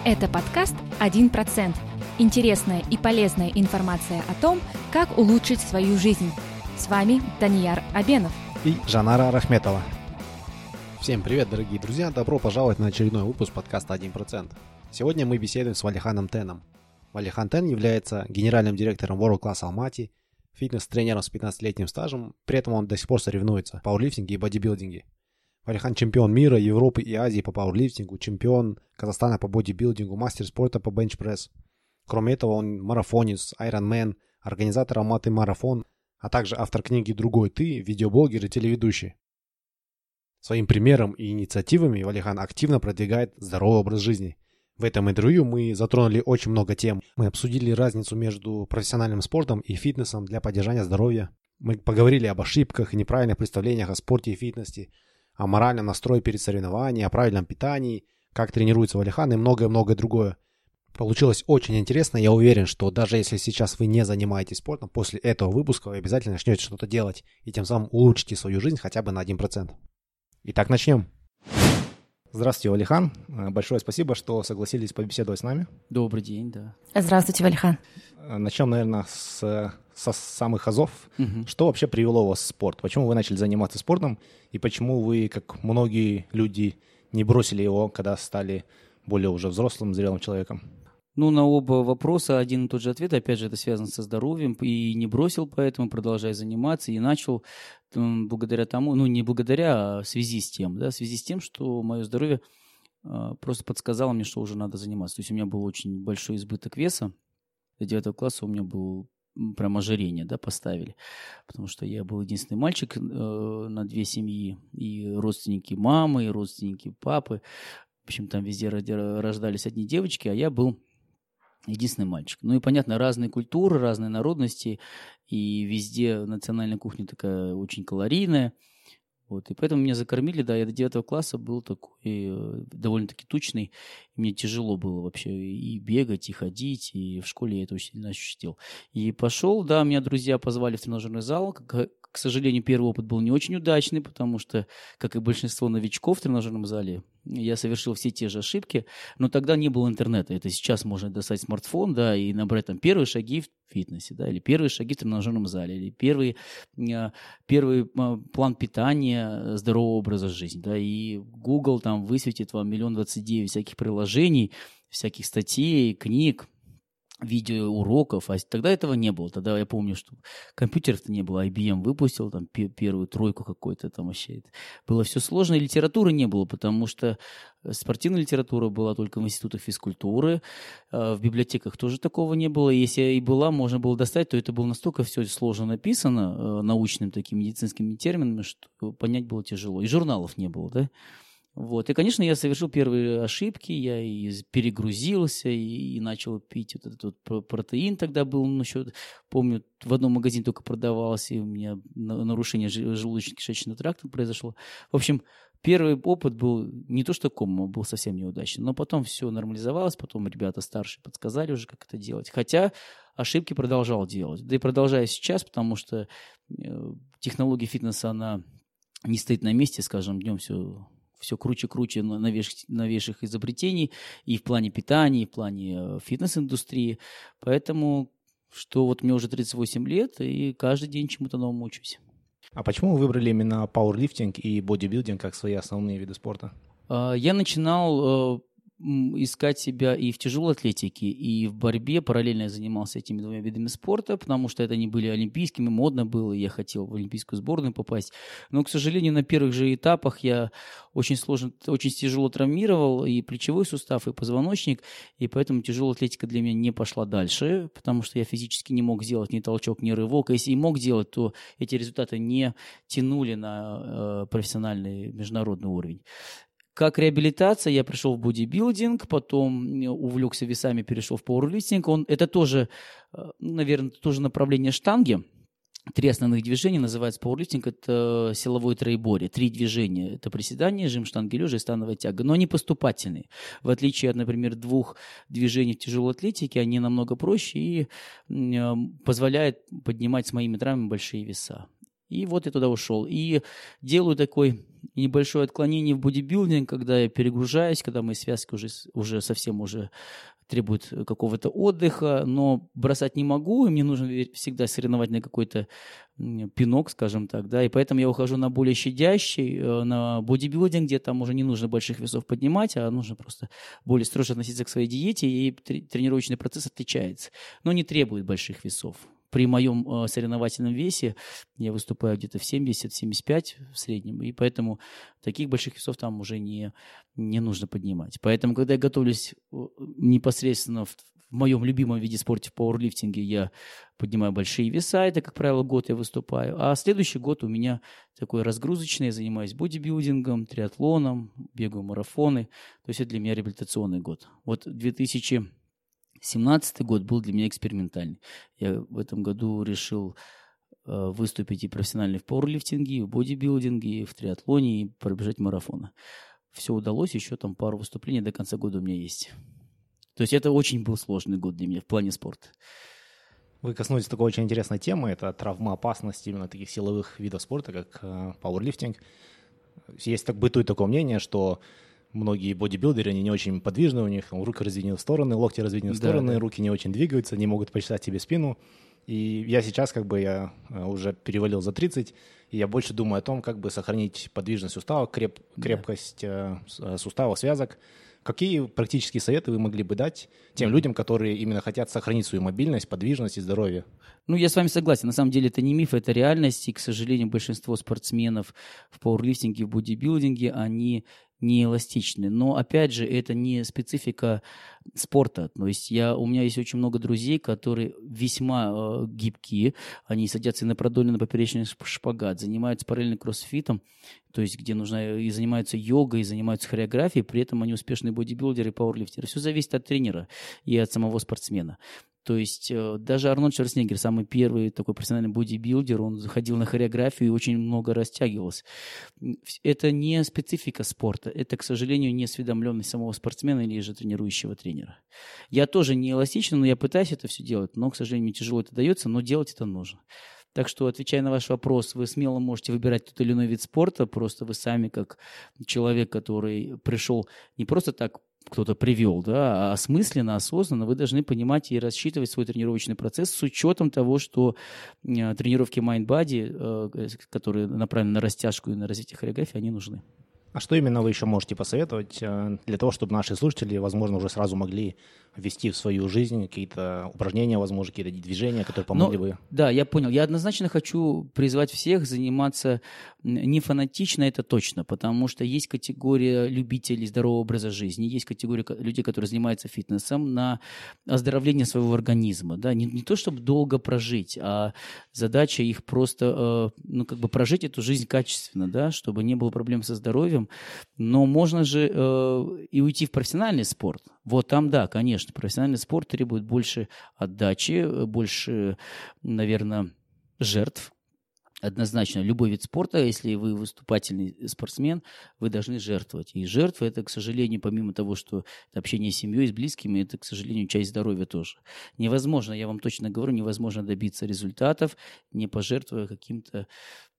Это подкаст «1%». Интересная и полезная информация о том, как улучшить свою жизнь. С вами Данияр Абенов и Жанара Рахметова. Всем привет, дорогие друзья! Добро пожаловать на очередной выпуск подкаста «1%». Сегодня мы беседуем с Валиханом Теном. Валихан Тен является генеральным директором World Class Almaty, фитнес-тренером с 15-летним стажем, при этом он до сих пор соревнуется в пауэрлифтинге и бодибилдинге. Валихан чемпион мира, Европы и Азии по пауэрлифтингу, чемпион Казахстана по бодибилдингу, мастер спорта по бенчпресс. Кроме этого, он марафонец, айронмен, организатор Алматы марафон, а также автор книги «Другой ты», видеоблогер и телеведущий. Своим примером и инициативами Валихан активно продвигает здоровый образ жизни. В этом интервью мы затронули очень много тем. Мы обсудили разницу между профессиональным спортом и фитнесом для поддержания здоровья. Мы поговорили об ошибках и неправильных представлениях о спорте и фитнесе, о моральном настрое перед соревнованием, о правильном питании, как тренируется Валихан и многое-многое другое. Получилось очень интересно. Я уверен, что даже если сейчас вы не занимаетесь спортом, после этого выпуска вы обязательно начнете что-то делать и тем самым улучшите свою жизнь хотя бы на 1%. Итак, начнем. Здравствуйте, Валихан. Большое спасибо, что согласились побеседовать с нами. Добрый день, да. Здравствуйте, Валихан. Начнем, наверное, со самых азов. Что вообще привело вас в спорт? Почему вы начали заниматься спортом? И почему вы, как многие люди, не бросили его, когда стали более уже взрослым, зрелым человеком? Ну, на оба вопроса один и тот же ответ. Опять же, это связано со здоровьем. И не бросил, поэтому продолжаю заниматься. И начал благодаря тому, не благодаря, а в связи с тем. Да, в связи с тем, что мое здоровье просто подсказало мне, что уже надо заниматься. То есть у меня был очень большой избыток веса. До 9 класса у меня был прям ожирение, да, поставили. Потому что я был единственный мальчик на две семьи. И родственники мамы, и родственники папы. В общем, там везде рождались одни девочки, а я был единственный мальчик. Ну и, понятно, разные культуры, разные народности. И везде национальная кухня такая очень калорийная. Вот, и поэтому меня закормили, да, я до 9 класса был такой довольно-таки тучный, и мне тяжело было вообще и бегать, и ходить, и в школе я это очень сильно ощутил. И пошел, да, меня друзья позвали в тренажерный зал, к сожалению, первый опыт был не очень удачный, потому что, как и большинство новичков в тренажерном зале, я совершил все те же ошибки, но тогда не было интернета. Это сейчас можно достать смартфон, да, и набрать там первые шаги в фитнесе, да, или первые шаги в тренажерном зале, или первый план питания, здорового образа жизни, да, и Google там высветит вам 1 029 000 всяких приложений, всяких статей, книг, видеоуроков, а тогда этого не было. Тогда я помню, что компьютеров-то не было, IBM выпустил там первую тройку какой-то там вообще. Было все сложно, и литературы не было, потому что спортивная литература была только в институтах физкультуры, в библиотеках тоже такого не было. Если и была, можно было достать, то это было настолько все сложно написано научным таким медицинскими терминами, что понять было тяжело. И журналов не было, да? Вот. И, конечно, я совершил первые ошибки, я и перегрузился, и начал пить вот этот вот протеин тогда был, еще помню, в одном магазине только продавался, и у меня нарушение желудочно-кишечного тракта произошло. В общем, первый опыт был не то что кома, был совсем неудачный, но потом все нормализовалось, потом ребята старшие подсказали уже, как это делать. Хотя ошибки продолжал делать, да и продолжаю сейчас, потому что технология фитнеса, она не стоит на месте, скажем, днем все круче новейших изобретений и в плане питания, и в плане фитнес-индустрии. Поэтому, что вот мне уже 38 лет, и каждый день чему-то новому учусь. А почему вы выбрали именно пауэрлифтинг и бодибилдинг как свои основные виды спорта? Я начинал искать себя и в тяжелой атлетике, и в борьбе. Параллельно я занимался этими двумя видами спорта, потому что это они были олимпийскими, модно было, и я хотел в олимпийскую сборную попасть. Но, к сожалению, на первых же этапах я очень тяжело травмировал и плечевой сустав, и позвоночник, и поэтому тяжелая атлетика для меня не пошла дальше, потому что я физически не мог сделать ни толчок, ни рывок. А если и мог делать, то эти результаты не тянули на профессиональный международный уровень. Как реабилитация я пришел в бодибилдинг, потом увлекся весами, перешел в пауэрлифтинг. Это тоже, наверное, тоже направление штанги. 3 основных движения называется пауэрлифтинг. Это силовое троеборье. 3 движения. Это приседание, жим штанги лежа и становая тяга. Но они поступательные. В отличие от, например, 2 движений в тяжелой атлетике, они намного проще и позволяют поднимать с моими травмами большие веса. И вот я туда ушел. И делаю такой и небольшое отклонение в бодибилдинг, когда я перегружаюсь, когда мои связки уже совсем уже требуют какого-то отдыха, но бросать не могу, и мне нужно всегда соревновательный какой-то пинок, скажем так, да, и поэтому я ухожу на более щадящий, на бодибилдинг, где там уже не нужно больших весов поднимать, а нужно просто более строже относиться к своей диете, и тренировочный процесс отличается, но не требует больших весов. При моем соревновательном весе я выступаю где-то в 70-75 в среднем, и поэтому таких больших весов там уже не нужно поднимать. Поэтому, когда я готовлюсь непосредственно в моем любимом виде спорта, в пауэрлифтинге, я поднимаю большие веса, это, как правило, год я выступаю, а следующий год у меня такой разгрузочный, я занимаюсь бодибилдингом, триатлоном, бегаю марафоны, то есть это для меня реабилитационный год. Вот 2017 год был для меня экспериментальный. Я в этом году решил выступить и профессионально в пауэрлифтинге, и в бодибилдинге, и в триатлоне, и пробежать марафоны. Все удалось, еще там пару выступлений до конца года у меня есть. То есть это очень был сложный год для меня в плане спорта. Вы коснулись такой очень интересной темы, это травмоопасность именно таких силовых видов спорта, как пауэрлифтинг. Бытует такое мнение, что многие бодибилдеры, они не очень подвижны, у них руки разведены в стороны, локти разведены в стороны, руки не очень двигаются, не могут почесать себе спину. И я сейчас я уже перевалил за 30, и я больше думаю о том, как бы сохранить подвижность суставов, крепкость суставов, связок. Какие практические советы вы могли бы дать тем людям, которые именно хотят сохранить свою мобильность, подвижность и здоровье? Я с вами согласен. На самом деле это не миф, это реальность. И, к сожалению, большинство спортсменов в пауэрлифтинге, в бодибилдинге, они не эластичны. Но, опять же, это не специфика спорта. То есть у меня есть очень много друзей, которые весьма гибкие. Они садятся и на продольный, на поперечный шпагат, занимаются параллельно кроссфитом, то есть где нужно и занимаются йогой, и занимаются хореографией, при этом они успешные бодибилдеры и пауэрлифтеры. Все зависит от тренера и от самого спортсмена. То есть даже Арнольд Шварценеггер, самый первый такой профессиональный бодибилдер, он ходил на хореографию и очень много растягивался. Это не специфика спорта, это, к сожалению, неосведомленность самого спортсмена или же тренирующего тренера. Я тоже не эластичен, но я пытаюсь это все делать, но, к сожалению, мне тяжело это дается, но делать это нужно. Так что, отвечая на ваш вопрос, вы смело можете выбирать тот или иной вид спорта, просто вы сами, как человек, который пришел не просто так, кто-то привел, да, а осмысленно, осознанно вы должны понимать и рассчитывать свой тренировочный процесс с учетом того, что тренировки mind-body, которые направлены на растяжку и на развитие хореографии, они нужны. А что именно вы еще можете посоветовать для того, чтобы наши слушатели, возможно, уже сразу могли ввести в свою жизнь какие-то упражнения, возможно, какие-то движения, которые помогли бы? Да, я понял. Я однозначно хочу призвать всех заниматься не фанатично, это точно, потому что есть категория любителей здорового образа жизни, есть категория людей, которые занимаются фитнесом на оздоровление своего организма. Да? Не то, чтобы долго прожить, а задача их просто прожить эту жизнь качественно, да? Чтобы не было проблем со здоровьем. Но можно же и уйти в профессиональный спорт. Вот там, да, конечно, профессиональный спорт требует больше отдачи, больше, наверное, жертв. Однозначно, любой вид спорта, если вы выступательный спортсмен, вы должны жертвовать. И жертва – это, к сожалению, помимо того, что это общение с семьей, с близкими, это, к сожалению, часть здоровья тоже. Невозможно, я вам точно говорю, невозможно добиться результатов, не пожертвуя какой-то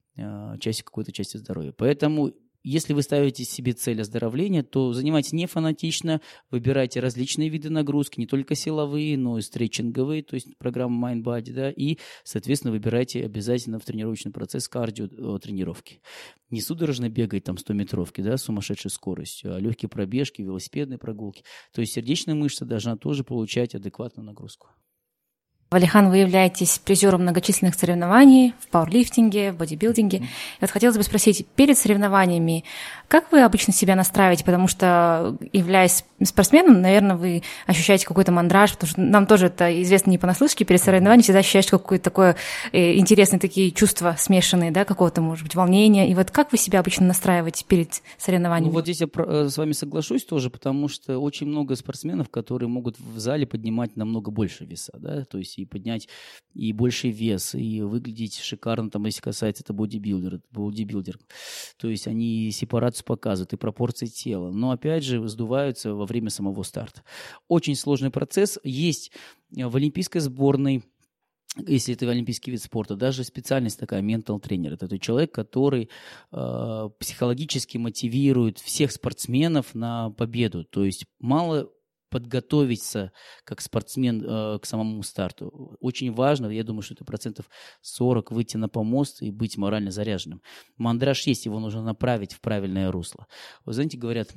частью здоровья. Поэтому если вы ставите себе цель оздоровления, то занимайтесь не фанатично, выбирайте различные виды нагрузки, не только силовые, но и стретчинговые, то есть программа Mind-Body, да, и, соответственно, выбирайте обязательно в тренировочный процесс кардио-тренировки. Не судорожно бегать там 100-метровки, да, с сумасшедшей скоростью, а легкие пробежки, велосипедные прогулки. То есть сердечная мышца должна тоже получать адекватную нагрузку. Валихан, вы являетесь призером многочисленных соревнований в пауэрлифтинге, в бодибилдинге. И вот хотелось бы спросить, перед соревнованиями, как вы обычно себя настраиваете? Потому что, являясь спортсменом, наверное, вы ощущаете какой-то мандраж, потому что нам тоже это известно не понаслышке, перед соревнованием всегда ощущаешь какое-то такое интересное, такие чувства смешанные, да, какого-то, может быть, волнения. И вот как вы себя обычно настраиваете перед соревнованиями? Вот здесь я с вами соглашусь тоже, потому что очень много спортсменов, которые могут в зале поднимать намного больше веса, да, то есть и поднять и больший вес, и выглядеть шикарно, там, если касается это бодибилдер. То есть они сепарацию показывают и пропорции тела, но опять же сдуваются во время самого старта. Очень сложный процесс. Есть в олимпийской сборной если это олимпийский вид спорта, даже специальность такая, ментал-тренер. Это тот человек, который психологически мотивирует всех спортсменов на победу. То есть мало подготовиться как спортсмен к самому старту. Очень важно, я думаю, что это 40% выйти на помост и быть морально заряженным. Мандраж есть, его нужно направить в правильное русло. Вы знаете, говорят,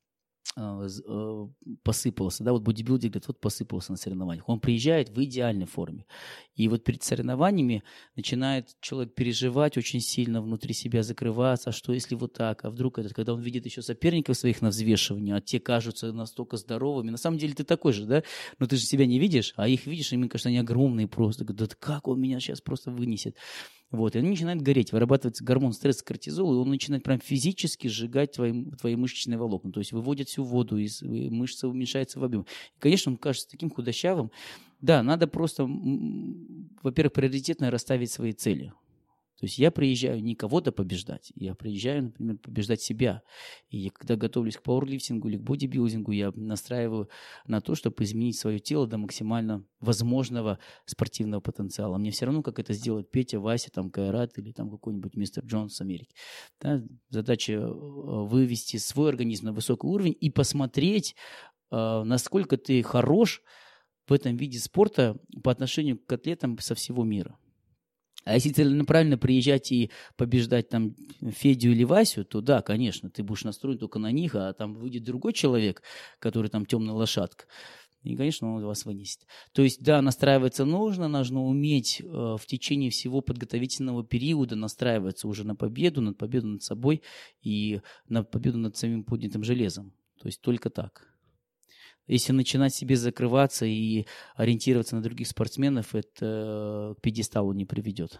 посыпался, да, вот бодибилдинг, говорит, вот посыпался на соревнованиях. Он приезжает в идеальной форме. И вот перед соревнованиями начинает человек переживать очень сильно, внутри себя закрываться, а что если вот так, а вдруг это, когда он видит еще соперников своих на взвешивании, а те кажутся настолько здоровыми, на самом деле ты такой же, да, но ты же себя не видишь, а их видишь, и мне кажется, они огромные просто, да как он меня сейчас просто вынесет. Вот, и они начинают гореть, вырабатывается гормон стресса, кортизол, и он начинает прям физически сжигать твои мышечные волокна, то есть выводит всю воду, и мышца уменьшается в объеме. И, конечно, он кажется таким худощавым. Да, надо просто, во-первых, приоритетно расставить свои цели. То есть я приезжаю не кого-то побеждать, я приезжаю, например, побеждать себя. И когда готовлюсь к пауэрлифтингу или к бодибилдингу, я настраиваю на то, чтобы изменить свое тело до максимально возможного спортивного потенциала. Мне все равно, как это сделает Петя, Вася, там, Кайрат или там какой-нибудь мистер Джонс с Америки. Да? Задача вывести свой организм на высокий уровень и посмотреть, насколько ты хорош в этом виде спорта по отношению к атлетам со всего мира. А если целенаправленно приезжать и побеждать там Федю или Васю, то да, конечно, ты будешь настроен только на них, а там выйдет другой человек, который там темная лошадка, и, конечно, он вас вынесет. То есть, да, настраиваться нужно уметь в течение всего подготовительного периода настраиваться уже на победу над собой и на победу над самим поднятым железом. То есть только так. Если начинать себе закрываться и ориентироваться на других спортсменов, это к пьедесталу не приведет.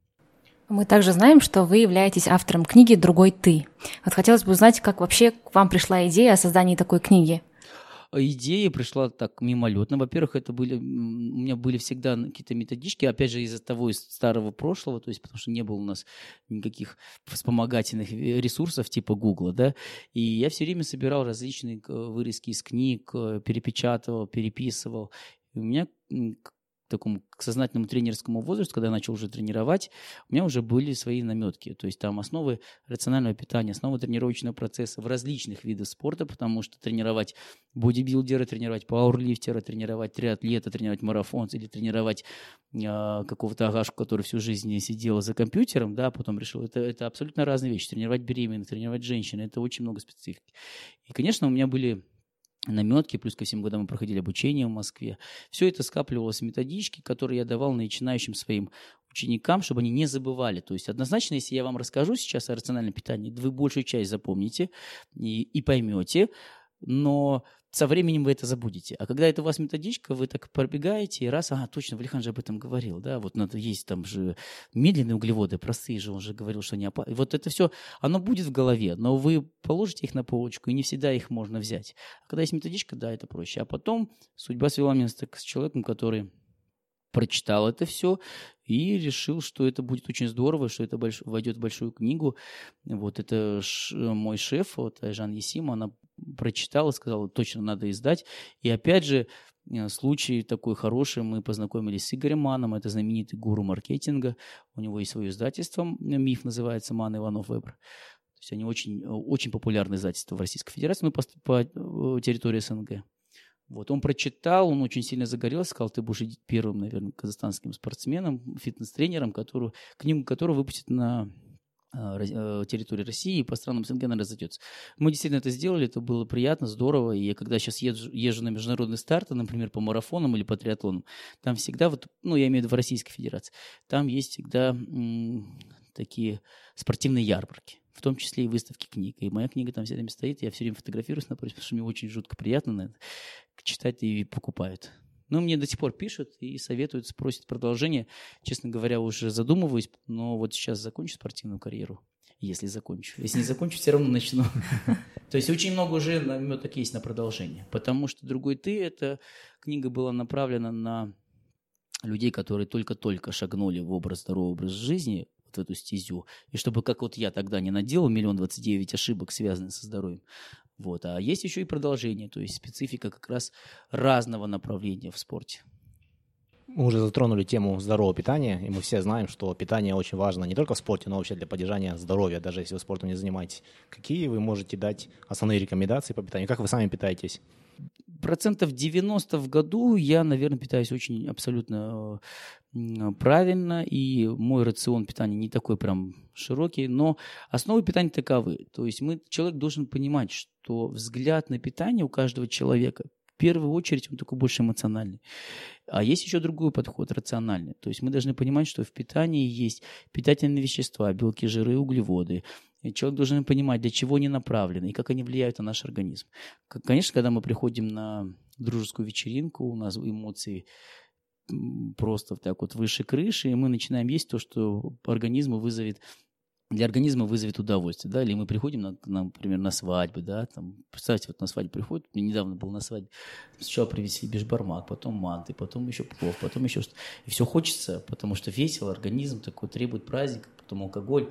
Мы также знаем, что вы являетесь автором книги «Другой ты». Вот хотелось бы узнать, как вообще к вам пришла идея о создании такой книги. Идея пришла так мимолетно. Во-первых, у меня были всегда какие-то методички, опять же, из-за того, из старого прошлого, то есть потому что не было у нас никаких вспомогательных ресурсов типа Гугла, да, и я все время собирал различные вырезки из книг, перепечатывал, переписывал. И у меня к такому сознательному тренерскому возрасту, когда я начал уже тренировать, у меня уже были свои наметки. То есть там основы рационального питания, основы тренировочного процесса в различных видах спорта, потому что тренировать бодибилдера, тренировать пауэрлифтера, тренировать триатлета, тренировать марафонца или тренировать какого-то агашку, который всю жизнь сидел за компьютером, да, потом решил, это абсолютно разные вещи. Тренировать беременных, тренировать женщин, это очень много специфики. И, конечно, у меня были наметки, плюс ко всем годам мы проходили обучение в Москве. Все это скапливалось в методичке, которые я давал начинающим своим ученикам, чтобы они не забывали. То есть однозначно, если я вам расскажу сейчас о рациональном питании, вы большую часть запомните и поймете, но со временем вы это забудете. А когда это у вас методичка, вы так пробегаете и раз, точно, Валихан же об этом говорил, да, вот надо есть там же медленные углеводы, простые же, он же говорил, что они опасны. Вот это все, оно будет в голове, но вы положите их на полочку, и не всегда их можно взять. А когда есть методичка, да, это проще. А потом судьба свела меня с человеком, который прочитал это все и решил, что это будет очень здорово, что это войдет в большую книгу. Вот это мой шеф, вот Айжан Есима, она прочитала, сказала, точно надо издать. И опять же, случай такой хороший, мы познакомились с Игорем Маном, это знаменитый гуру маркетинга. У него есть свое издательство, «Миф» называется, Ман Иванов Вебр. То есть они очень, очень популярные издательства в Российской Федерации, но по территории СНГ. Вот, он прочитал, он очень сильно загорелся, сказал, ты будешь первым, наверное, казахстанским спортсменом, фитнес-тренером, книгу которого выпустят на территории России и по странам СНГ она разойдется. Мы действительно это сделали, это было приятно, здорово, и я когда сейчас езжу на международные старты, например, по марафонам или по триатлонам, там всегда, я имею в виду в Российской Федерации, там есть всегда такие спортивные ярмарки, в том числе и выставки книг. И моя книга там всегда стоит, я все время фотографируюсь напротив, потому что мне очень жутко приятно на это читать и покупают. Но мне до сих пор пишут и советуют, просят продолжение. Честно говоря, уже задумываюсь, но вот сейчас закончу спортивную карьеру, если закончу. Если не закончу, все равно начну. То есть очень много уже наметок есть на продолжение. Потому что «Другой ты» — эта книга была направлена на людей, которые только-только шагнули в здоровый образ жизни, в эту стезю, и чтобы, как вот я тогда не наделал 1 029 000 ошибок, связанных со здоровьем. Вот. А есть еще и продолжение, то есть специфика как раз разного направления в спорте. Мы уже затронули тему здорового питания, и мы все знаем, что питание очень важно не только в спорте, но вообще для поддержания здоровья, даже если вы спортом не занимаетесь. Какие вы можете дать основные рекомендации по питанию? Как вы сами питаетесь? 90% в году я, наверное, питаюсь очень абсолютно правильно, и мой рацион питания не такой прям широкий, но основы питания таковы. То есть человек должен понимать, что взгляд на питание у каждого человека в первую очередь он такой больше эмоциональный. А есть еще другой подход, рациональный. То есть мы должны понимать, что в питании есть питательные вещества, белки, жиры, углеводы. И человек должен понимать, для чего они направлены и как они влияют на наш организм. Конечно, когда мы приходим на дружескую вечеринку, у нас эмоции просто так вот выше крыши, и мы начинаем есть то, что для организма вызовет удовольствие, да, или мы приходим, например, на свадьбу, да, там, представьте, вот на свадьбу приходит, я недавно был на свадьбе, сначала привезли бешбармак, потом манты, потом еще плов, потом еще что-то, и все хочется, потому что весело, организм такой требует праздника, потом алкоголь,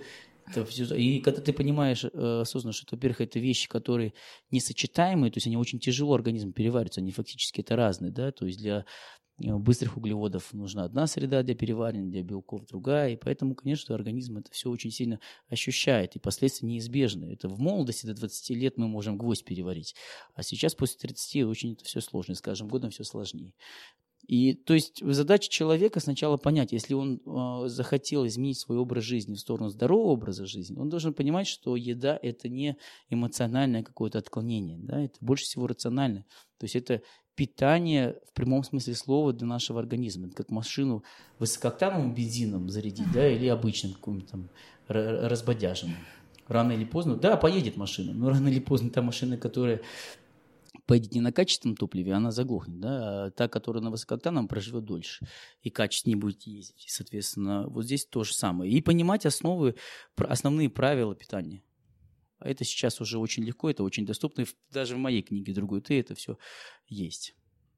и когда ты понимаешь осознанно, что, во-первых, это вещи, которые несочетаемые, то есть они очень тяжело организм перевариваются, они фактически это разные, да, то есть для быстрых углеводов нужна одна среда для переваривания, для белков другая, и поэтому, конечно, организм это все очень сильно ощущает, и последствия неизбежны. Это в молодости до 20 лет мы можем гвоздь переварить, а сейчас после 30 очень это все сложно, и с каждым годом все сложнее. И то есть задача человека сначала понять, если он захотел изменить свой образ жизни в сторону здорового образа жизни, он должен понимать, что еда – это не эмоциональное какое-то отклонение, да, это больше всего рациональное. То есть это питание в прямом смысле слова для нашего организма. Это как машину высокооктановым бензином зарядить, да, или обычным каким-то там разбодяженным. Рано или поздно, да, поедет машина, но рано или поздно та машина, которая поедет не на качественном топливе, она заглохнет, да, а та, которая на высокооктановом, проживет дольше и качественнее будет ездить. И, соответственно, вот здесь то же самое. И понимать основные правила питания. А это сейчас уже очень легко, это очень доступно. И даже в моей книге «Другой ты» это все есть.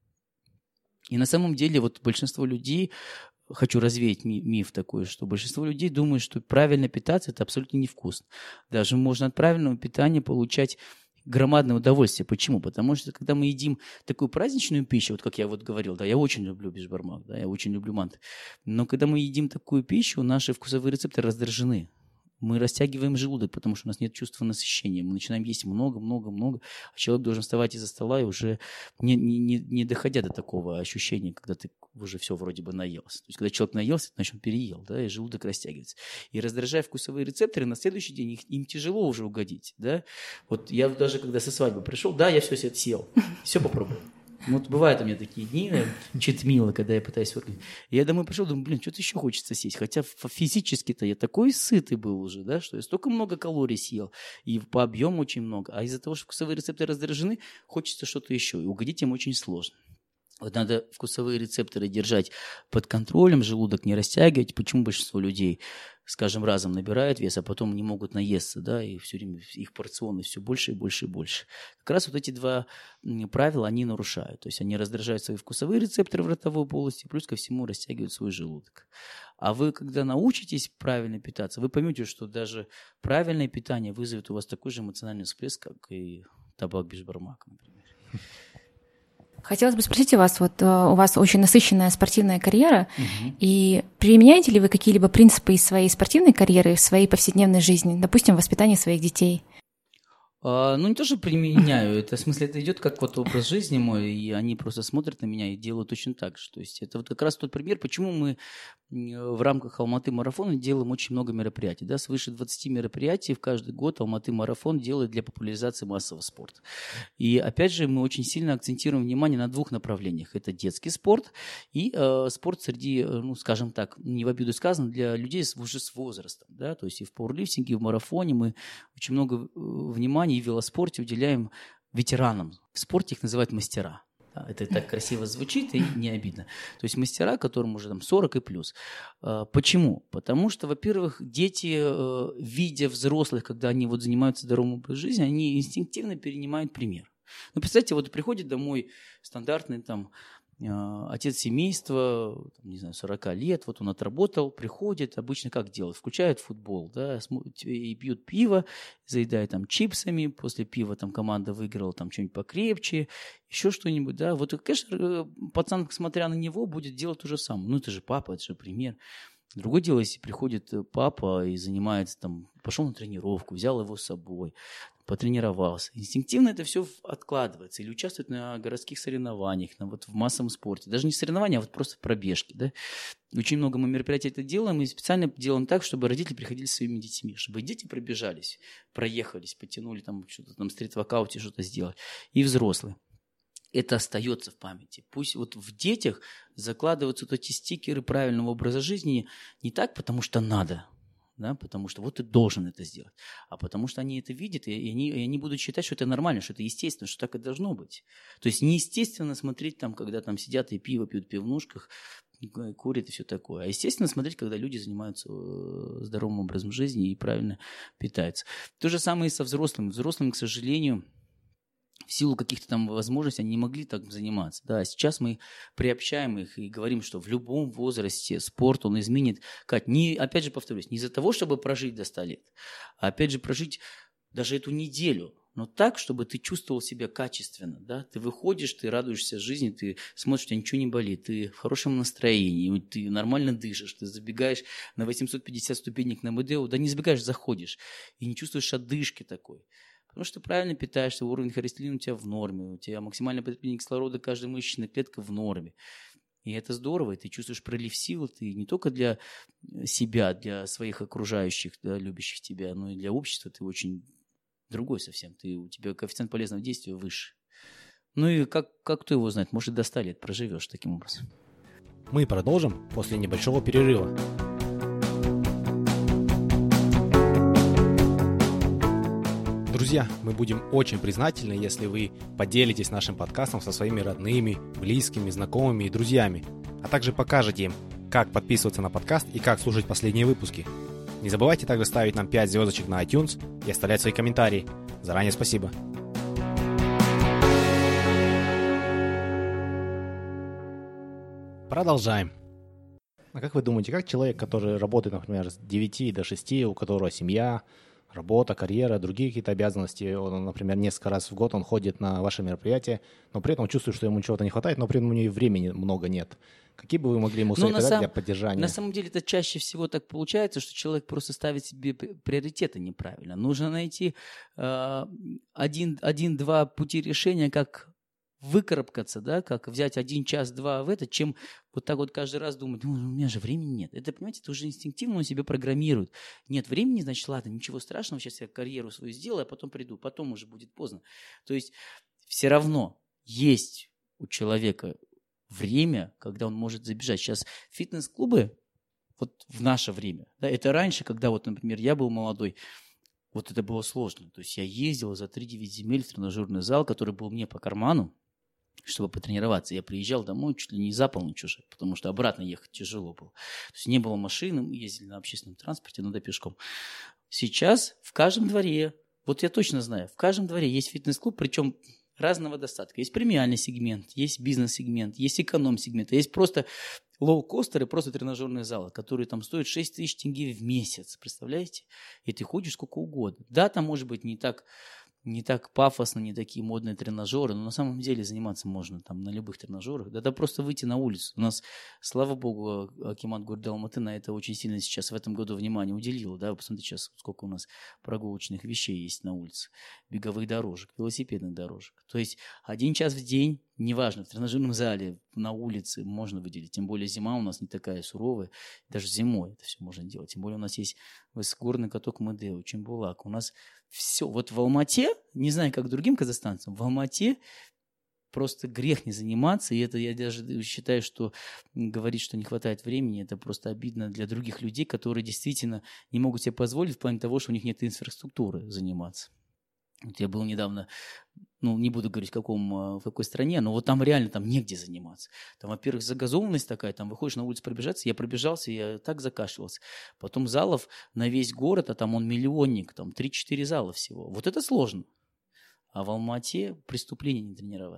И на самом деле вот большинство людей, хочу развеять миф такой, что большинство людей думают, что правильно питаться – это абсолютно невкусно. Даже можно от правильного питания получать громадное удовольствие. Почему? Потому что когда мы едим такую праздничную пищу, вот как я вот говорил, да, я очень люблю бешбармак, да, я очень люблю манты, но когда мы едим такую пищу, наши вкусовые рецепторы раздражены. Мы растягиваем желудок, потому что у нас нет чувства насыщения. Мы начинаем есть много, а человек должен вставать из-за стола и уже не доходя до такого ощущения, когда ты уже все вроде бы наелся. То есть, когда человек наелся, значит, он переел, да, и желудок растягивается. И раздражая вкусовые рецепторы, на следующий день им тяжело уже угодить, да. Вот я даже когда со свадьбы пришел, да, я все себе съел, все попробовал. Вот бывают у меня такие дни, читмилы, когда я пытаюсь выглядеть. Я домой пришел, думаю, что-то еще хочется съесть. Хотя физически-то я такой сытый был уже, да, что я столько много калорий съел, и по объему очень много. А из-за того, что вкусовые рецепторы раздражены, хочется что-то еще, и угодить им очень сложно. Вот надо вкусовые рецепторы держать под контролем, желудок не растягивать. Почему большинство людей, скажем, разом набирают вес, а потом не могут наесться, да, и все время их порционы все больше и больше и больше. Как раз вот эти два правила они нарушают. То есть они раздражают свои вкусовые рецепторы в ротовой полости, плюс ко всему растягивают свой желудок. А вы, когда научитесь правильно питаться, вы поймете, что даже правильное питание вызовет у вас такой же эмоциональный всплеск, как и табак бешбармака, например. Хотелось бы спросить у вас, вот у вас очень насыщенная спортивная карьера, и применяете ли вы какие-либо принципы из своей спортивной карьеры в своей повседневной жизни, допустим, в воспитании своих детей? Ну, не то, что применяю, это, в смысле, это идет как вот образ жизни мой, и они просто смотрят на меня и делают точно так же. То есть это вот как раз тот пример, почему мы в рамках Алматы-марафона делаем очень много мероприятий. Да? Свыше 20 мероприятий в каждый год Алматы-марафон делает для популяризации массового спорта. И опять же, мы очень сильно акцентируем внимание на двух направлениях. Это детский спорт и спорт среди, ну, скажем так, не в обиду сказано, для людей уже с возрастом. Да? То есть и в пауэрлифтинге, и в марафоне мы очень много внимания и в велоспорте уделяем ветеранам. В спорте их называют мастера. Это так красиво звучит и не обидно. То есть мастера, которым уже там 40 и плюс. Почему? Потому что, во-первых, дети, видя взрослых, когда они вот занимаются здоровым образом жизни, они инстинктивно перенимают пример. Ну, представьте, вот приходит домой стандартный там отец семейства, не знаю, 40 лет, вот он отработал, приходит, обычно как делают? Включают футбол, да, и пьют пиво, заедают там чипсами, после пива там команда выиграла там что-нибудь покрепче, еще что-нибудь, да. Вот, конечно, пацан, смотря на него, будет делать то же самое. Ну, это же папа, это же пример. Другое дело, если приходит папа и занимается там, пошел на тренировку, взял его с собой, потренировался. Инстинктивно это все откладывается. Или участвует на городских соревнованиях, в массовом спорте. Даже не соревнования, а вот просто пробежки. Да? Очень много мы мероприятий это делаем, и специально делаем так, чтобы родители приходили со своими детьми, чтобы дети пробежались, проехались, потянули там что-то там стрит-воркауте, что-то сделать. И взрослые. Это остается в памяти. Пусть вот в детях закладываются вот эти стикеры правильного образа жизни не так, потому что надо, да, потому что вот ты должен это сделать, а потому что они это видят, и они будут считать, что это нормально, что это естественно, что так и должно быть. То есть неестественно смотреть там, когда там сидят и пиво пьют в пивнушках, курят и все такое. А естественно смотреть, когда люди занимаются здоровым образом жизни и правильно питаются. То же самое и со взрослыми. Взрослыми, к сожалению, в силу каких-то там возможностей они не могли так заниматься. Да, сейчас мы приобщаем их и говорим, что в любом возрасте спорт, он изменит. Опять же повторюсь, не из-за того, чтобы прожить до 100 лет, а опять же прожить даже эту неделю, но так, чтобы ты чувствовал себя качественно. Да? Ты выходишь, ты радуешься жизни, ты смотришь, у тебя ничего не болит, ты в хорошем настроении, ты нормально дышишь, ты забегаешь на 850 ступенек на МДО, да не забегаешь, заходишь, и не чувствуешь одышки такой. Потому что ты правильно питаешься, уровень холестерина у тебя в норме, у тебя максимальное потребление кислорода, каждая мышечная клетка в норме. И это здорово, и ты чувствуешь прилив сил, ты не только для себя, для своих окружающих, да, любящих тебя, но и для общества ты очень другой совсем. У тебя коэффициент полезного действия выше. Ну и как кто его знает, может, до 100 лет проживешь таким образом. Мы продолжим после небольшого перерыва. Друзья, мы будем очень признательны, если вы поделитесь нашим подкастом со своими родными, близкими, знакомыми и друзьями, а также покажете им, как подписываться на подкаст и как слушать последние выпуски. Не забывайте также ставить нам 5 звездочек на iTunes и оставлять свои комментарии. Заранее спасибо. Продолжаем. А как вы думаете, как человек, который работает, например, с 9 до 6, у которого семья, работа, карьера, другие какие-то обязанности, он, например, несколько раз в год он ходит на ваши мероприятия, но при этом он чувствует, что ему чего-то не хватает, но при этом у него и времени много нет. Какие бы вы могли ему советовать для поддержания? На самом деле это чаще всего так получается, что человек просто ставит себе приоритеты неправильно. Нужно найти один-два пути решения, как выкарабкаться, да, как взять 1 час-2 в это, чем вот так вот каждый раз думать, у меня же времени нет. Это, понимаете, это уже инстинктивно он себя программирует. Нет времени, значит, ладно, ничего страшного, сейчас я карьеру свою сделаю, а потом приду, потом уже будет поздно. То есть все равно есть у человека время, когда он может забежать. Сейчас фитнес-клубы, вот в наше время, да, это раньше, когда вот, например, я был молодой, вот это было сложно. То есть я ездил за 3-9 земель в тренажерный зал, который был мне по карману, чтобы потренироваться. Я приезжал домой чуть ли не за полночь уже, потому что обратно ехать тяжело было. То есть не было машины, мы ездили на общественном транспорте, иногда пешком. Сейчас в каждом дворе, вот я точно знаю, в каждом дворе есть фитнес-клуб, причем разного достатка. Есть премиальный сегмент, есть бизнес-сегмент, есть эконом-сегмент, есть просто лоу-костеры, просто тренажерные залы, которые там стоят 6 тысяч тенге в месяц, представляете? И ты ходишь сколько угодно. Да, там может быть не так пафосно, не такие модные тренажеры, но на самом деле заниматься можно там на любых тренажерах. Да просто выйти на улицу. У нас, слава богу, Акимат города Алматы на это очень сильно сейчас в этом году внимание уделил. Да? Вы посмотрите сейчас, сколько у нас прогулочных вещей есть на улице. Беговых дорожек, велосипедных дорожек. То есть 1 час в день, неважно, в тренажерном зале, на улице можно выделить. Тем более зима у нас не такая суровая. Даже зимой это все можно делать. Тем более у нас есть высокогорный каток МД, Чембулак. У нас все. Вот в Алмате, не знаю, как другим казахстанцам, в Алмате просто грех не заниматься. И это я даже считаю, что говорить, что не хватает времени, это просто обидно для других людей, которые действительно не могут себе позволить в плане того, что у них нет инфраструктуры заниматься. Вот я был недавно, не буду говорить, в какой стране, но вот там реально там негде заниматься. Там, во-первых, загазованность такая, там выходишь на улицу пробежаться, я пробежался, я так закашлялся. Потом залов на весь город, а там он миллионник, там 3-4 зала всего. Вот это сложно. А в Алмате преступление не тренироваться.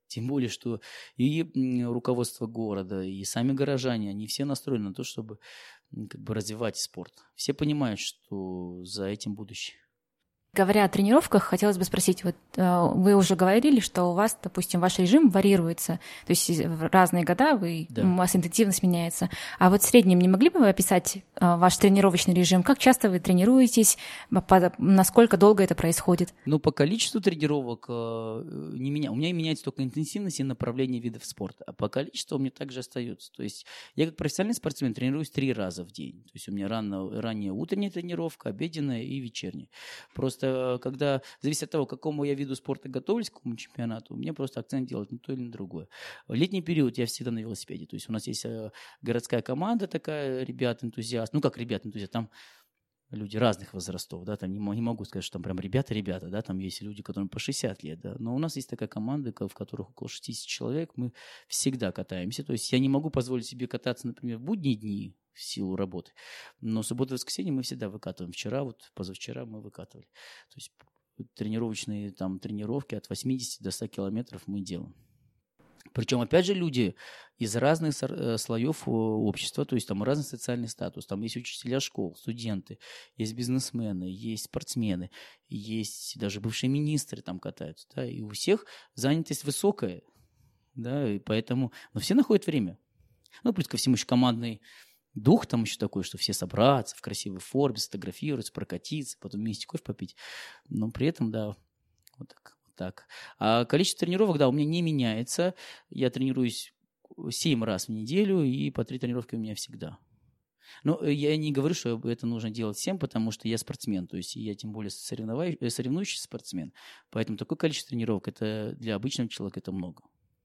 Тем более, что и руководство города, и сами горожане, они все настроены на то, чтобы как бы развивать спорт. Все понимают, что за этим будущее. Говоря о тренировках, хотелось бы спросить, вот вы уже говорили, что у вас, допустим, ваш режим варьируется, то есть в разные года у вас интенсивность меняется. А вот в среднем не могли бы вы описать ваш тренировочный режим? Как часто вы тренируетесь? Насколько долго это происходит? Ну, по количеству тренировок не меня. У меня меняется только интенсивность и направление видов спорта. А по количеству у меня также остается. То есть я как профессиональный спортсмен тренируюсь 3 раза в день. То есть у меня ранняя утренняя тренировка, обеденная и вечерняя. Просто когда зависит от того, к какому я виду спорта готовлюсь, к какому чемпионату, у меня просто акцент делать на то или на другое. В летний период я всегда на велосипеде. То есть у нас есть городская команда такая, ребят-энтузиасты. Ну, как ребят-энтузиасты, там люди разных возрастов, да, там не могу сказать, что там прям ребята, да, там есть люди, которым по 60 лет, да, но у нас есть такая команда, в которых около 60 человек, мы всегда катаемся, то есть я не могу позволить себе кататься, например, в будние дни в силу работы, но субботу и воскресенье мы всегда выкатываем. Вчера, вот позавчера мы выкатывали, то есть тренировочные там тренировки от 80 до 100 километров мы делаем. Причем, опять же, люди из разных слоев общества, то есть там разный социальный статус. Там есть учителя школ, студенты, есть бизнесмены, есть спортсмены, есть даже бывшие министры там катаются. Да, и у всех занятость высокая, да, и поэтому... Но все находят время. Ну, плюс ко всему еще командный дух там еще такой, что все собраться в красивой форме, сфотографироваться, прокатиться, потом вместе кофе попить. Но при этом, да, вот так. А количество тренировок, да, у меня не меняется. Я тренируюсь 7 раз в неделю, и по 3 тренировки у меня всегда. Но я не говорю, что это нужно делать всем, потому что я спортсмен, то есть я тем более соревнующийся спортсмен. Поэтому такое количество тренировок, это для обычного человека это много.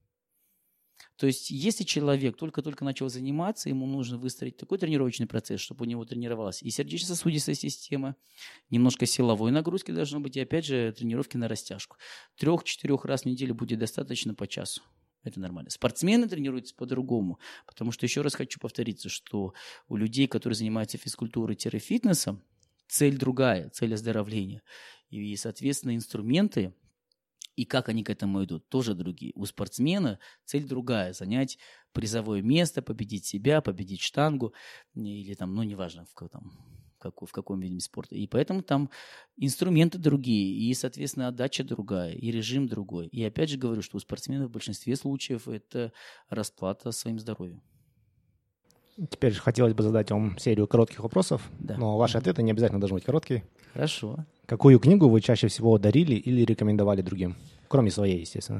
То есть, если человек только-только начал заниматься, ему нужно выстроить такой тренировочный процесс, чтобы у него тренировалась и сердечно-сосудистая система, немножко силовой нагрузки должно быть, и опять же тренировки на растяжку. 3-4 раз в неделю будет достаточно по часу. Это нормально. Спортсмены тренируются по-другому, потому что, еще раз хочу повториться, что у людей, которые занимаются физкультурой-фитнесом, цель другая, цель оздоровления. И, соответственно, инструменты, и как они к этому идут, тоже другие. У спортсмена цель другая – занять призовое место, победить себя, победить штангу, или там, ну, неважно, в каком виде спорта. И поэтому там инструменты другие, и, соответственно, отдача другая, и режим другой. И опять же говорю, что у спортсменов в большинстве случаев это расплата своим здоровьем. Теперь хотелось бы задать вам серию коротких вопросов, да. Но ваши ответы не обязательно должны быть короткие. Хорошо. Какую книгу вы чаще всего дарили или рекомендовали другим? Кроме своей, естественно.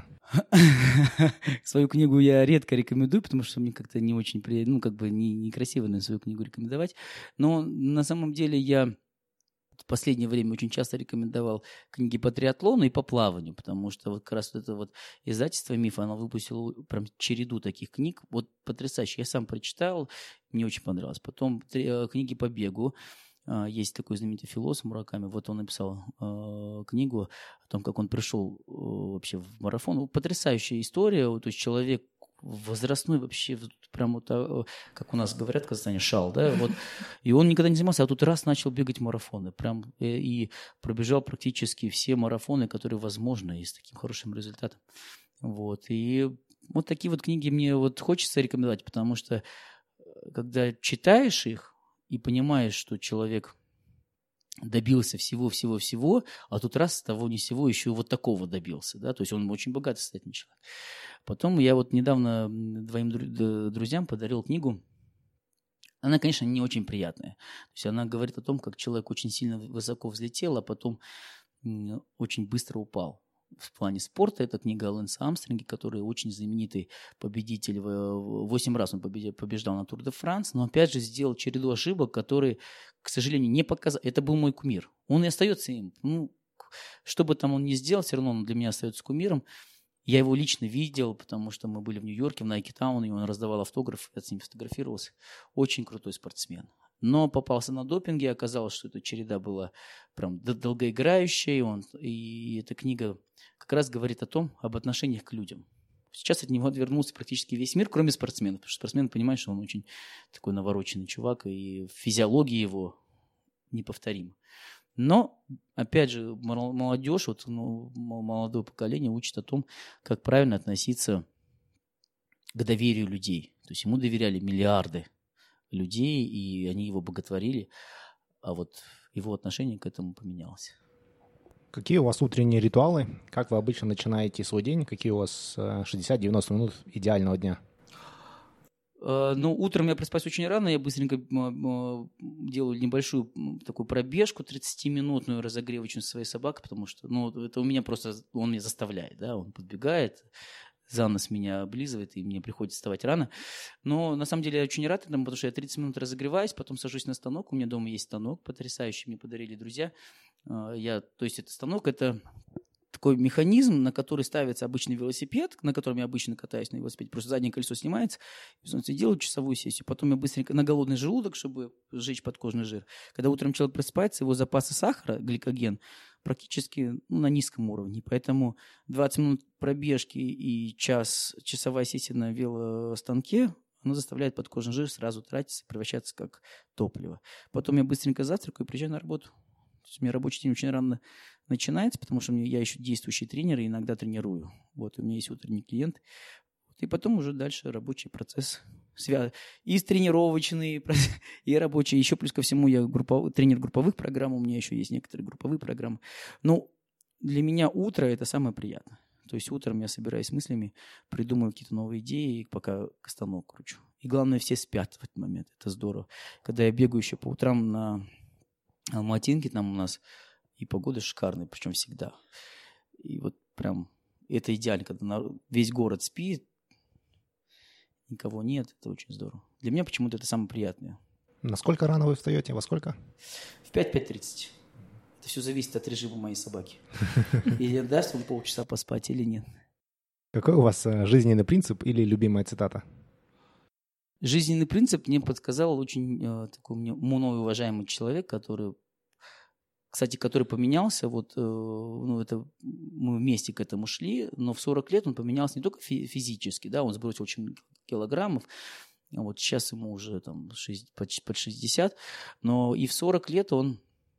Свою книгу я редко рекомендую, потому что мне как-то не очень приятно, некрасиво на свою книгу рекомендовать. Но на самом деле я в последнее время очень часто рекомендовал книги по триатлону и по плаванию, потому что вот как раз вот это вот издательство «Миф», оно выпустило прям череду таких книг, вот потрясающе. Я сам прочитал, мне очень понравилось. Потом книги по бегу. Есть такой знаменитый философ Мураками, вот он написал книгу о том, как он пришел вообще в марафон. Потрясающая история, то есть человек возрастной вообще, прям вот, как у нас говорят в Казахстане, шал, да, вот, и он никогда не занимался, а тут раз начал бегать марафоны, прям, и пробежал практически все марафоны, которые возможны, и с таким хорошим результатом, вот, и вот такие вот книги мне вот хочется рекомендовать, потому что, когда читаешь их, и понимаешь, что человек добился всего, а тут раз с того ни сего еще вот такого добился, да, то есть он очень богатый состоятельный человек. Потом я вот недавно 2 друзьям подарил книгу. Она, конечно, не очень приятная. То есть она говорит о том, как человек очень сильно высоко взлетел, а потом очень быстро упал. В плане спорта это книга о Лэнсе Армстронге, который очень знаменитый победитель. 8 раз он побеждал на Тур де Франс, но опять же сделал череду ошибок, которые, к сожалению, не показали. Это был мой кумир. Он и остается им. Ну, что бы там он ни сделал, все равно он для меня остается кумиром. Я его лично видел, потому что мы были в Нью-Йорке, в Nike Town, и он раздавал автограф, я с ним фотографировался. Очень крутой спортсмен. Но попался на допинге, оказалось, что эта череда была прям долгоиграющая, и эта книга как раз говорит об отношениях к людям. Сейчас от него отвернулся практически весь мир, кроме спортсменов, потому что спортсмен понимает, что он очень такой навороченный чувак, и физиология его неповторима. Но, опять же, молодежь, вот, молодое поколение учит о том, как правильно относиться к доверию людей. То есть ему доверяли миллиарды людей, и они его боготворили, а вот его отношение к этому поменялось. Какие у вас утренние ритуалы? Как вы обычно начинаете свой день? Какие у вас 60-90 минут идеального дня? Ну, утром я просыпаюсь очень рано, я быстренько делаю небольшую такую пробежку 30-минутную, разогревочную со своей собакой, потому что, ну, это у меня просто, он меня заставляет, да, он подбегает, за нос меня облизывает, и мне приходится вставать рано. Но на самом деле я очень рад этому, потому что я 30 минут разогреваюсь, потом сажусь на станок, у меня дома есть станок потрясающий, мне подарили друзья. То есть это станок, это такой механизм, на который ставится обычный велосипед, на котором я обычно катаюсь на велосипеде. Просто заднее колесо снимается, и делаю часовую сессию. Потом я быстренько на голодный желудок, чтобы сжечь подкожный жир. Когда утром человек просыпается, его запасы сахара, гликоген, практически на низком уровне. Поэтому 20 минут пробежки и часовая сессия на велостанке, она заставляет подкожный жир сразу тратиться, превращаться как топливо. Потом я быстренько завтракаю и приезжаю на работу. То есть у меня рабочий день очень рано начинается, потому что я еще действующий тренер и иногда тренирую. Вот у меня есть утренний клиент. И потом уже дальше рабочий процесс. И тренировочный, и рабочий. Еще плюс ко всему я тренер групповых программ, у меня еще есть некоторые групповые программы. Но для меня утро – это самое приятное. То есть утром я собираюсь с мыслями, придумываю какие-то новые идеи, пока станок кручу. И главное, все спят в этот момент. Это здорово. Когда я бегаю еще по утрам на Алматинке, там у нас и погода шикарная, причем всегда. И вот прям это идеально, когда весь город спит, никого нет, это очень здорово. Для меня почему-то это самое приятное. Насколько рано вы встаете? Во сколько? В 5:30. Это все зависит от режима моей собаки. Или даст он полчаса поспать или нет. Какой у вас жизненный принцип или любимая цитата? Жизненный принцип мне подсказал очень такой мной уважаемый человек, который поменялся. Это мы вместе к этому шли, но в 40 лет он поменялся не только физически, да, он сбросил очень килограммов. Вот сейчас ему уже там под 60, но и в 40 лет он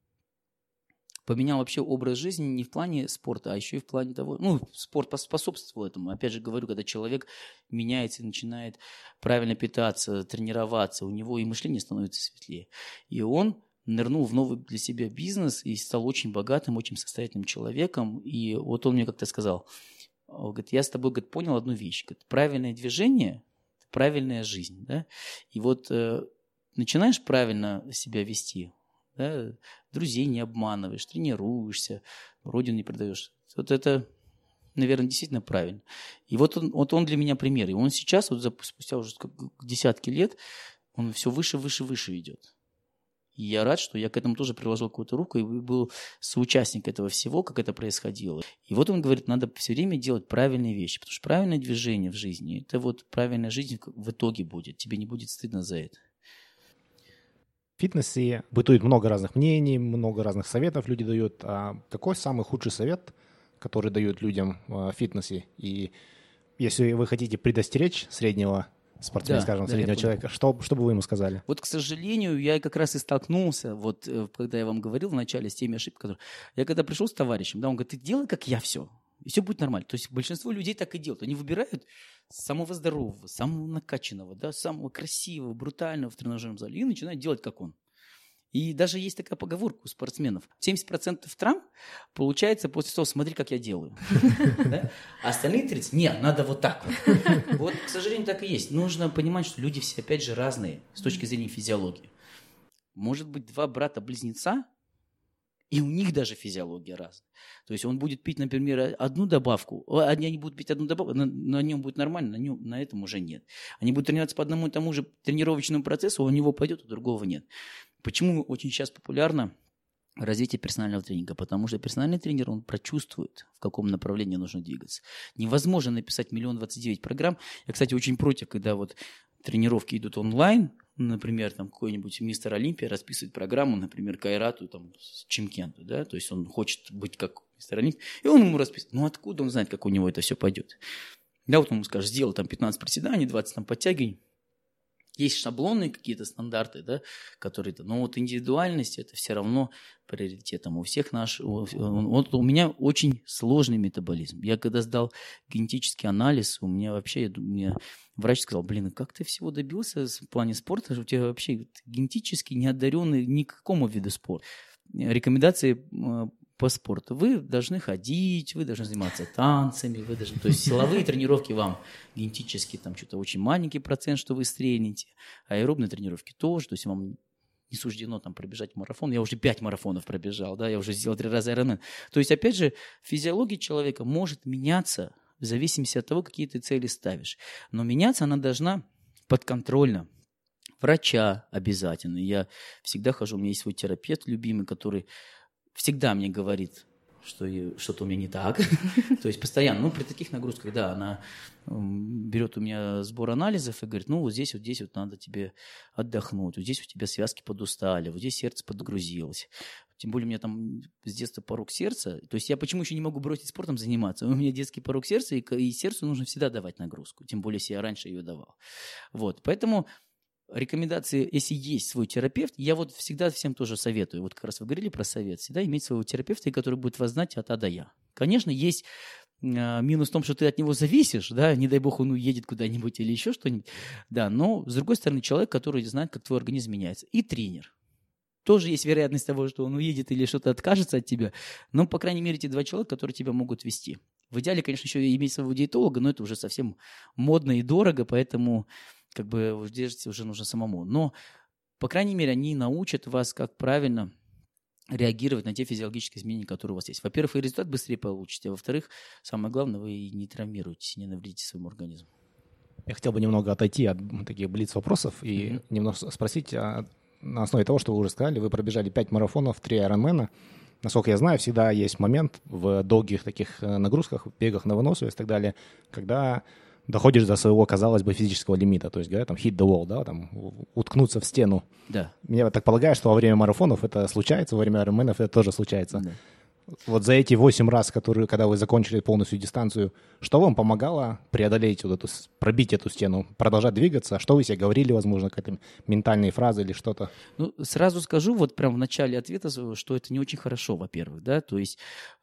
поменял вообще образ жизни не в плане спорта, а еще и в плане того, спорт способствовал этому. Опять же говорю, когда человек меняется и начинает правильно питаться, тренироваться, у него и мышление становится светлее. И он нырнул в новый для себя бизнес и стал очень богатым, очень состоятельным человеком. И вот он мне как-то сказал, говорит, я с тобой, говорит, понял одну вещь. Говорит, правильное движение – правильная жизнь. Да? И вот начинаешь правильно себя вести, да, друзей не обманываешь, тренируешься, родину не предаешь. Вот это, наверное, действительно правильно. И вот он для меня пример. И он сейчас, спустя уже десятки лет, он все выше, выше, выше идет. И я рад, что я к этому тоже приложил какую-то руку и был соучастник этого всего, как это происходило. И вот он говорит, надо все время делать правильные вещи, потому что правильное движение в жизни, это вот правильная жизнь в итоге будет. Тебе не будет стыдно за это. В фитнесе бытует много разных мнений, много разных советов люди дают. А какой самый худший совет, который дают людям в фитнесе? И если вы хотите предостеречь среднего спортсмена, среднего человека, что бы вы ему сказали? Вот, к сожалению, я как раз и столкнулся, когда я вам говорил вначале с теми ошибками, я когда пришел с товарищем, да, он говорит, ты делай, как я, все, и все будет нормально. То есть большинство людей так и делают. Они выбирают самого здорового, самого накачанного, да, самого красивого, брутального в тренажерном зале и начинают делать, как он. И даже есть такая поговорка у спортсменов. 70% травм получается после того, смотри, как я делаю. А остальные 30%, нет, надо вот так вот. Вот, к сожалению, так и есть. Нужно понимать, что люди все, опять же, разные с точки зрения физиологии. Может быть, два брата-близнеца, и у них даже физиология разная. То есть он будет пить, например, одну добавку, они будут пить одну добавку, на нем будет нормально, на этом уже нет. Они будут тренироваться по одному и тому же тренировочному процессу, у него пойдет, у другого нет. Почему очень сейчас популярно развитие персонального тренинга? Потому что персональный тренер, он прочувствует, в каком направлении нужно двигаться. Невозможно написать 1 029 программ. Я, кстати, очень против, когда вот тренировки идут онлайн, например, там какой-нибудь мистер Олимпия расписывает программу, например, Кайрату, там, Чимкенту, да, то есть он хочет быть как мистер Олимпия, и он ему расписывает. Ну, откуда он знает, как у него это все пойдет? Да, вот он ему скажет, сделай там 15 приседаний, 20 там подтягиваний. Есть шаблонные какие-то стандарты, да, которые, но вот индивидуальность – это все равно приоритетом. У всех вот у меня очень сложный метаболизм. Я когда сдал генетический анализ, у меня вообще, мне врач сказал, блин, как ты всего добился в плане спорта, у тебя вообще генетически не одаренный ни к какому виду спорта. Рекомендации по спорту. Вы должны ходить, вы должны заниматься танцами, вы должны, то есть силовые тренировки вам генетически там что-то очень маленький процент, что вы стрельнете, аэробные тренировки тоже, то есть вам не суждено там пробежать марафон. Я уже 5 марафонов пробежал, да, я уже сделал 3 раза Ironman. То есть, опять же, физиология человека может меняться в зависимости от того, какие ты цели ставишь. Но меняться она должна подконтрольно. Врача обязательно. Я всегда хожу, у меня есть свой терапевт любимый, который всегда мне говорит, что что-то у меня не так. То есть постоянно, при таких нагрузках, да, она берет у меня сбор анализов и говорит, вот здесь вот надо тебе отдохнуть, вот здесь у тебя связки подустали, вот здесь сердце подгрузилось. Тем более у меня там с детства порок сердца. То есть я почему еще не могу бросить спортом заниматься? У меня детский порок сердца, и сердцу нужно всегда давать нагрузку. Тем более, если я раньше ее давал. Вот, поэтому рекомендации, если есть свой терапевт, я вот всегда всем тоже советую. Вот как раз вы говорили про совет. Всегда иметь своего терапевта, который будет вас знать от А до Я. Конечно, есть минус в том, что ты от него зависишь, да, не дай бог он уедет куда-нибудь или еще что-нибудь, да, но, с другой стороны, человек, который знает, как твой организм меняется. И тренер. Тоже есть вероятность того, что он уедет или что-то откажется от тебя, но, по крайней мере, эти 2 человека, которые тебя могут вести. В идеале, конечно, еще иметь своего диетолога, но это уже совсем модно и дорого, поэтому как бы здесь уже нужно самому. Но, по крайней мере, они научат вас, как правильно реагировать на те физиологические изменения, которые у вас есть. Во-первых, вы результат быстрее получите, а во-вторых, самое главное, вы не травмируетесь, не навредите своему организму. Я хотел бы немного отойти от таких блиц-вопросов и немного спросить, на основе того, что вы уже сказали, вы пробежали 5 марафонов, 3 Ironman. Насколько я знаю, всегда есть момент в долгих таких нагрузках, бегах на выносливость и так далее, когда доходишь до своего, казалось бы, физического лимита, то есть, говорят, там, hit the wall, да, там, уткнуться в стену. Да. Я так полагаю, что во время марафонов это случается, во время Ironman'ов это тоже случается. Да. Вот за эти 8 раз, когда вы закончили полностью дистанцию, что вам помогало преодолеть пробить эту стену, продолжать двигаться? Что вы себе говорили, возможно, какие-то ментальные фразы или что-то? Сразу скажу, вот прям в начале ответа, что это не очень хорошо, во-первых, да, то есть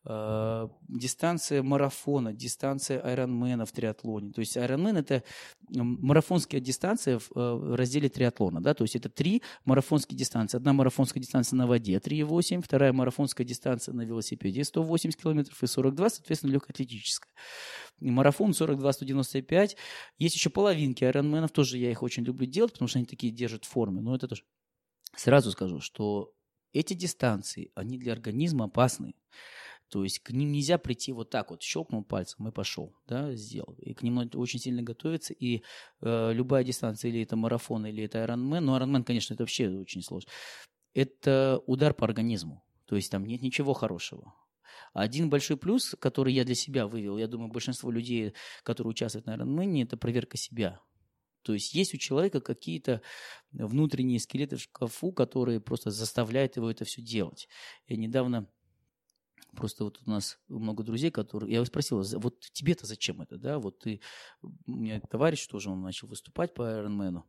дистанция марафона, дистанция Ironman'а в триатлоне. То есть Ironman – это марафонская дистанция в разделе триатлона, да, то есть это 3 марафонские дистанции. Одна марафонская дистанция на воде 3,8, вторая марафонская дистанция на велосипеде 180 километров и 42, соответственно, легкоатлетическая. Марафон 42-195. Есть еще половинки Ironman'ов, тоже я их очень люблю делать, потому что они такие держат в форме, но это тоже. Сразу скажу, что эти дистанции, они для организма опасны. То есть к ним нельзя прийти вот так вот, щелкнул пальцем и пошел, да, сделал. И к ним надо очень сильно готовиться. И любая дистанция, или это марафон, или это Ironman, но Ironman, конечно, это вообще очень сложно. Это удар по организму. То есть там нет ничего хорошего. Один большой плюс, который я для себя вывел, я думаю, большинство людей, которые участвуют на Ironman, это проверка себя. То есть у человека какие-то внутренние скелеты в шкафу, которые просто заставляют его это все делать. Я недавно... Просто вот у нас много друзей, которые... Я его спросил, вот тебе-то зачем это, да? Вот у меня товарищ тоже, он начал выступать по Ironman'у.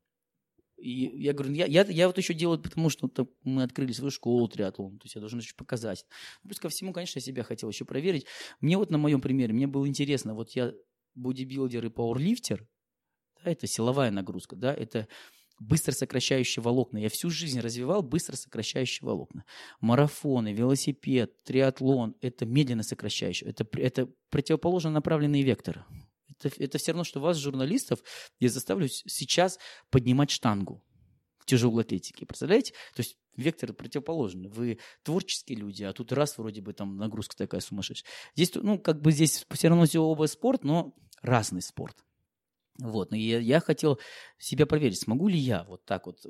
И я говорю, я вот еще делаю, потому что мы открыли свою школу триатлон, то есть я должен еще показать. Плюс ко всему, конечно, я себя хотел еще проверить. Мне вот на моем примере, мне было интересно, вот я бодибилдер и пауэрлифтер, да, это силовая нагрузка, да, это... быстро сокращающие волокна. Я всю жизнь развивал быстро сокращающие волокна. Марафоны, велосипед, триатлон – это медленно сокращающие. Это противоположно направленные векторы. Это все равно, что вас, журналистов, я заставлю сейчас поднимать штангу в тяжелой атлетике. Представляете? То есть векторы противоположны. Вы творческие люди, а тут раз вроде бы там нагрузка такая сумасшедшая. Здесь, здесь все равно все оба спорт, но разный спорт. Вот, но я хотел себя проверить, смогу ли я вот так вот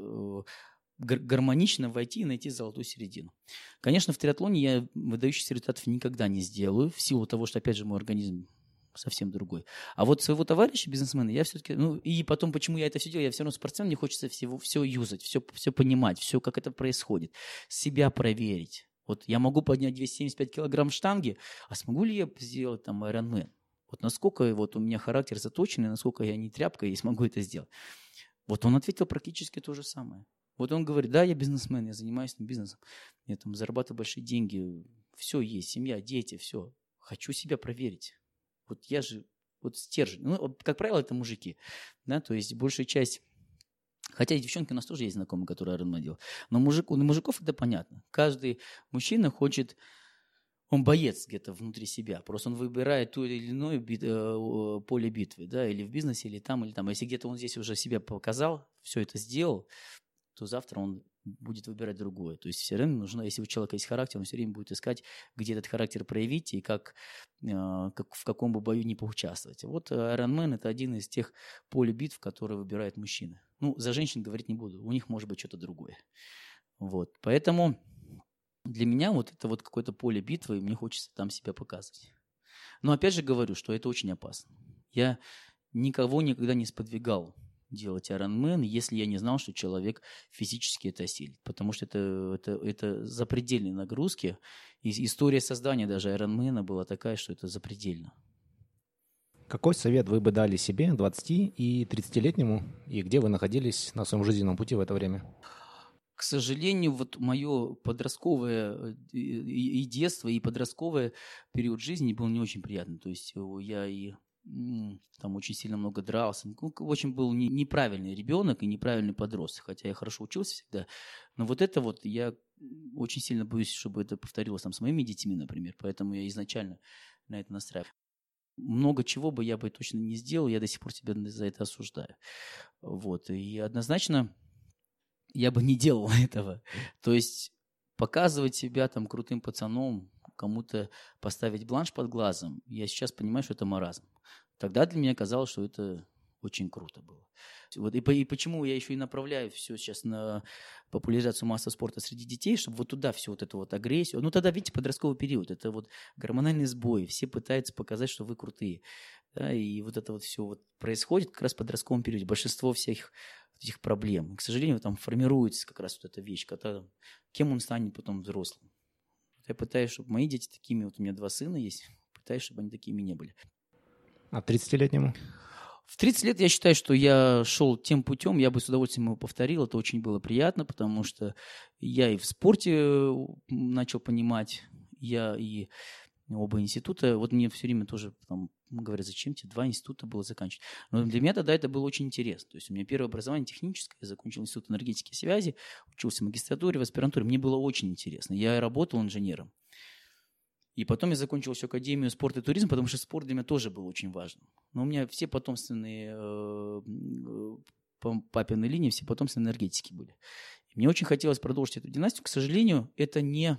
гармонично войти и найти золотую середину. Конечно, в триатлоне я выдающихся результатов никогда не сделаю, в силу того, что, опять же, мой организм совсем другой. А вот своего товарища, бизнесмена, я все-таки... и потом, почему я это все делаю? Я все равно спортсмен, мне хочется все юзать, все понимать, все, как это происходит. Себя проверить. Вот я могу поднять 275 килограмм штанги, а смогу ли я сделать там Ironman? Вот насколько вот у меня характер заточенный, насколько я не тряпка и смогу это сделать. Вот он ответил практически то же самое. Вот он говорит, да, я бизнесмен, я занимаюсь бизнесом, я там зарабатываю большие деньги, все есть, семья, дети, все. Хочу себя проверить. Вот я же, вот стержень. Ну, как правило, это мужики, да, то есть большая часть, хотя и девчонки у нас тоже есть знакомые, которые Ironman делают, но у мужиков это понятно. Каждый мужчина хочет, он боец где-то внутри себя, просто он выбирает то или иное поле битвы, да, или в бизнесе, или там. Если где-то он здесь уже себя показал, все это сделал, то завтра он будет выбирать другое. То есть все время нужно, если у человека есть характер, он все время будет искать, где этот характер проявить и как в каком бы бою не поучаствовать. Вот Ironman – это один из тех полей битв, которые выбирают мужчины. Ну, за женщин говорить не буду, у них может быть что-то другое. Вот. Поэтому для меня вот это вот какое-то поле битвы, и мне хочется там себя показывать. Но опять же говорю, что это очень опасно. Я никого никогда не сподвигал делать Ironman, если я не знал, что человек физически это осилит. Потому что это запредельные нагрузки. И история создания даже Ironman была такая, что это запредельно. Какой совет вы бы дали себе, 20- и 30-летнему, и где вы находились на своем жизненном пути в это время? К сожалению, вот мое подростковое и детство, и подростковый период жизни был не очень приятный. То есть я и там очень сильно много дрался. Очень был неправильный ребенок и неправильный подросток, хотя я хорошо учился всегда. Но вот это вот я очень сильно боюсь, чтобы это повторилось там с моими детьми, например. Поэтому я изначально на это настраиваю. Много чего бы я бы точно не сделал, я до сих пор себя за это осуждаю. Вот. И однозначно я бы не делал этого. То есть показывать себя там крутым пацаном, кому-то поставить бланш под глазом, я сейчас понимаю, что это маразм. Тогда для меня казалось, что это очень круто было. Вот, и почему я еще и направляю все сейчас на популяризацию массового спорта среди детей, чтобы вот туда всю вот эту вот агрессию. Ну тогда, видите, подростковый период, это вот гормональный сбой, все пытаются показать, что вы крутые. Да, и вот это вот все вот происходит как раз в подростковом периоде. Большинство всех этих проблем. И, к сожалению, там формируется как раз вот эта вещь, когда, кем он станет потом взрослым. Я пытаюсь, чтобы мои дети такими, вот у меня 2 сына есть, пытаюсь, чтобы они такими не были. А 30-летнему? В 30 лет я считаю, что я шел тем путем, я бы с удовольствием его повторил, это очень было приятно, потому что я и в спорте начал понимать, я и оба института, вот мне все время тоже там говорят, зачем тебе 2 института было заканчивать. Но для меня тогда это было очень интересно. То есть у меня первое образование техническое, я закончил институт энергетики и связи, учился в магистратуре, в аспирантуре, мне было очень интересно. Я работал инженером. И потом я закончил всю академию спорта и туризма, потому что спорт для меня тоже был очень важным. Но у меня все потомственные, по папиной линии, все потомственные энергетики были. И мне очень хотелось продолжить эту династию. К сожалению, это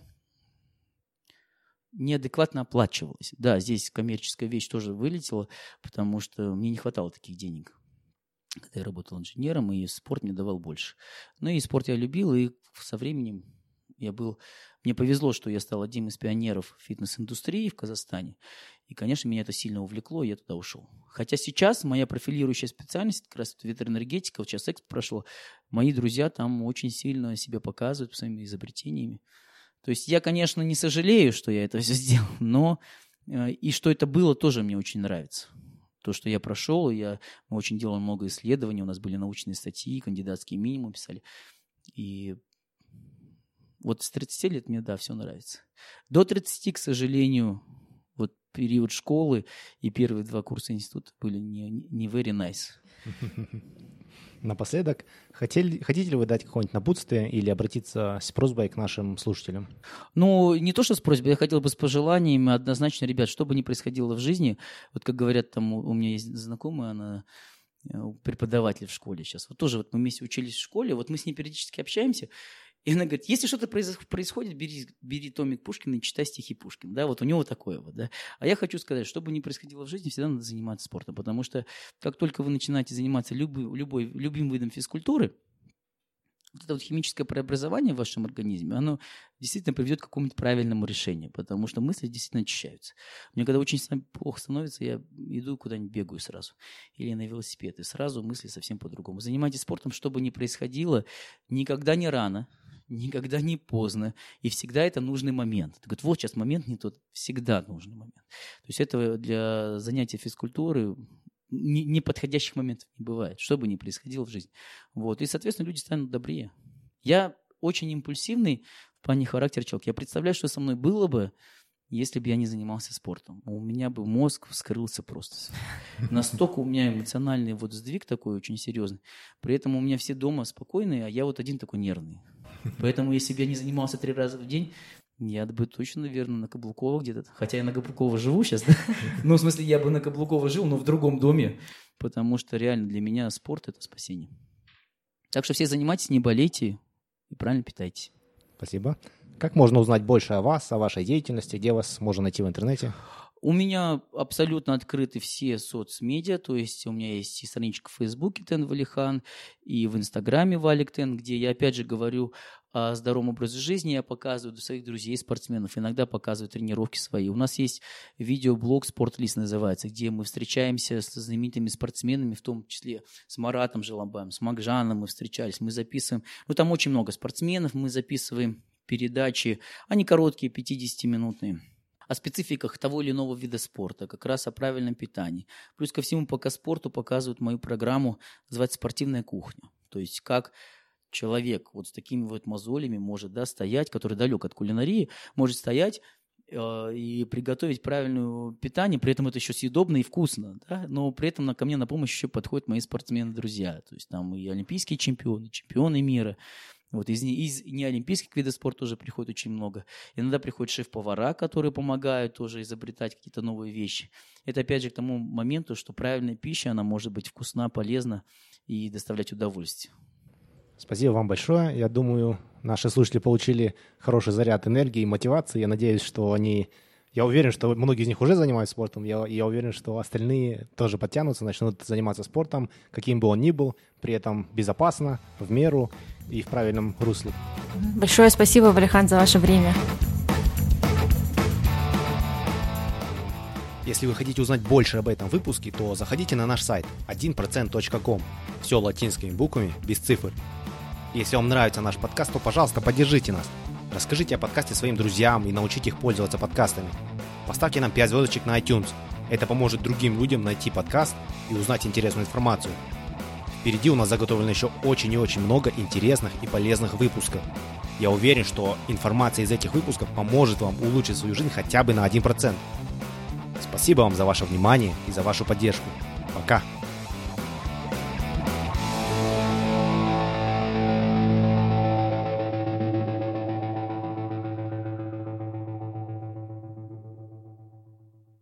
неадекватно оплачивалось. Да, здесь коммерческая вещь тоже вылетела, потому что мне не хватало таких денег, когда я работал инженером, и спорт мне давал больше. Ну и спорт я любил, и со временем мне повезло, что я стал одним из пионеров фитнес-индустрии в Казахстане. И, конечно, меня это сильно увлекло, и я туда ушел. Хотя сейчас моя профилирующая специальность, как раз ветроэнергетика, вот сейчас экспо прошло, мои друзья там очень сильно себя показывают своими изобретениями. То есть я, конечно, не сожалею, что я это все сделал, но и что это было, тоже мне очень нравится. То, что я прошел, мы очень делали много исследований, у нас были научные статьи, кандидатские минимумы писали. И вот с 30 лет мне, да, все нравится. До 30, к сожалению, вот период школы и первые 2 курса института были не very nice. Напоследок, хотите ли вы дать какое-нибудь напутствие или обратиться с просьбой к нашим слушателям? Ну, не то, что с просьбой, я хотел бы с пожеланиями. Однозначно, ребят, что бы ни происходило в жизни, вот как говорят, там у меня есть знакомая, она преподаватель в школе сейчас. Вот тоже вот мы вместе учились в школе, вот мы с ней периодически общаемся, и она говорит, если что-то происходит, бери томик Пушкина и читай стихи Пушкина. Да, вот у него такое вот, да. А я хочу сказать, что бы ни происходило в жизни, всегда надо заниматься спортом, потому что как только вы начинаете заниматься любым видом физкультуры, вот это вот химическое преобразование в вашем организме, оно действительно приведет к какому-нибудь правильному решению, потому что мысли действительно очищаются. Мне когда очень плохо становится, я иду куда-нибудь бегаю сразу, или на велосипед, и сразу мысли совсем по-другому. Занимайтесь спортом, что бы ни происходило, никогда не рано, никогда не поздно, и всегда это нужный момент. Ты говоришь, вот сейчас момент не тот, всегда нужный момент. То есть это для занятия физкультуры неподходящих моментов не бывает, что бы ни происходило в жизни. Вот. И, соответственно, люди станут добрее. Я очень импульсивный в плане характера человек. Я представляю, что со мной было бы, если бы я не занимался спортом. У меня бы мозг вскрылся просто. Настолько у меня эмоциональный вот сдвиг такой очень серьезный. При этом у меня все дома спокойные, а я вот один такой нервный. Поэтому если бы я не занимался 3 раза в день, я бы точно, наверное, на Каблуково где-то. Хотя я на Каблуково живу сейчас, да? Ну, в смысле, я бы на Каблуково жил, но в другом доме. Потому что реально для меня спорт – это спасение. Так что все занимайтесь, не болейте и правильно питайтесь. Спасибо. Как можно узнать больше о вас, о вашей деятельности? Где вас можно найти в интернете? У меня абсолютно открыты все соцмедиа, то есть у меня есть и страничка в Фейсбуке Тен Валихан, и в Инстаграме Валик Тен, где я опять же говорю о здоровом образе жизни, я показываю своих друзей, спортсменов, иногда показываю тренировки свои. У нас есть видеоблог «Спортлист» называется, где мы встречаемся с знаменитыми спортсменами, в том числе с Маратом Желобаем, с Макжаном мы встречались, мы записываем, ну там очень много спортсменов, мы записываем передачи, они короткие, 50-минутные. О спецификах того или иного вида спорта, как раз о правильном питании. Плюс ко всему, пока спорту показывают мою программу, называется «Спортивная кухня». То есть как человек вот с такими вот мозолями может стоять, который далек от кулинарии, может стоять и приготовить правильное питание, при этом это еще съедобно и вкусно, да? Но при этом ко мне на помощь еще подходят мои спортсмены-друзья. То есть там и олимпийские чемпионы, чемпионы мира. Вот из неолимпийских видов спорта тоже приходит очень много. Иногда приходят шеф-повара, которые помогают тоже изобретать какие-то новые вещи. Это опять же к тому моменту, что правильная пища, она может быть вкусна, полезна и доставлять удовольствие. Спасибо вам большое. Я думаю, наши слушатели получили хороший заряд энергии и мотивации. Я надеюсь, что они... Я уверен, что многие из них уже занимаются спортом. Я уверен, что остальные тоже подтянутся, начнут заниматься спортом, каким бы он ни был, при этом безопасно, в меру и в правильном русле. Большое спасибо, Валихан, за ваше время. Если вы хотите узнать больше об этом выпуске, то заходите на наш сайт 1%.com. Все латинскими буквами, без цифр. Если вам нравится наш подкаст, то, пожалуйста, поддержите нас. Расскажите о подкасте своим друзьям и научите их пользоваться подкастами. Поставьте нам 5 звездочек на iTunes. Это поможет другим людям найти подкаст и узнать интересную информацию. Впереди у нас заготовлено еще очень и очень много интересных и полезных выпусков. Я уверен, что информация из этих выпусков поможет вам улучшить свою жизнь хотя бы на 1%. Спасибо вам за ваше внимание и за вашу поддержку. Пока!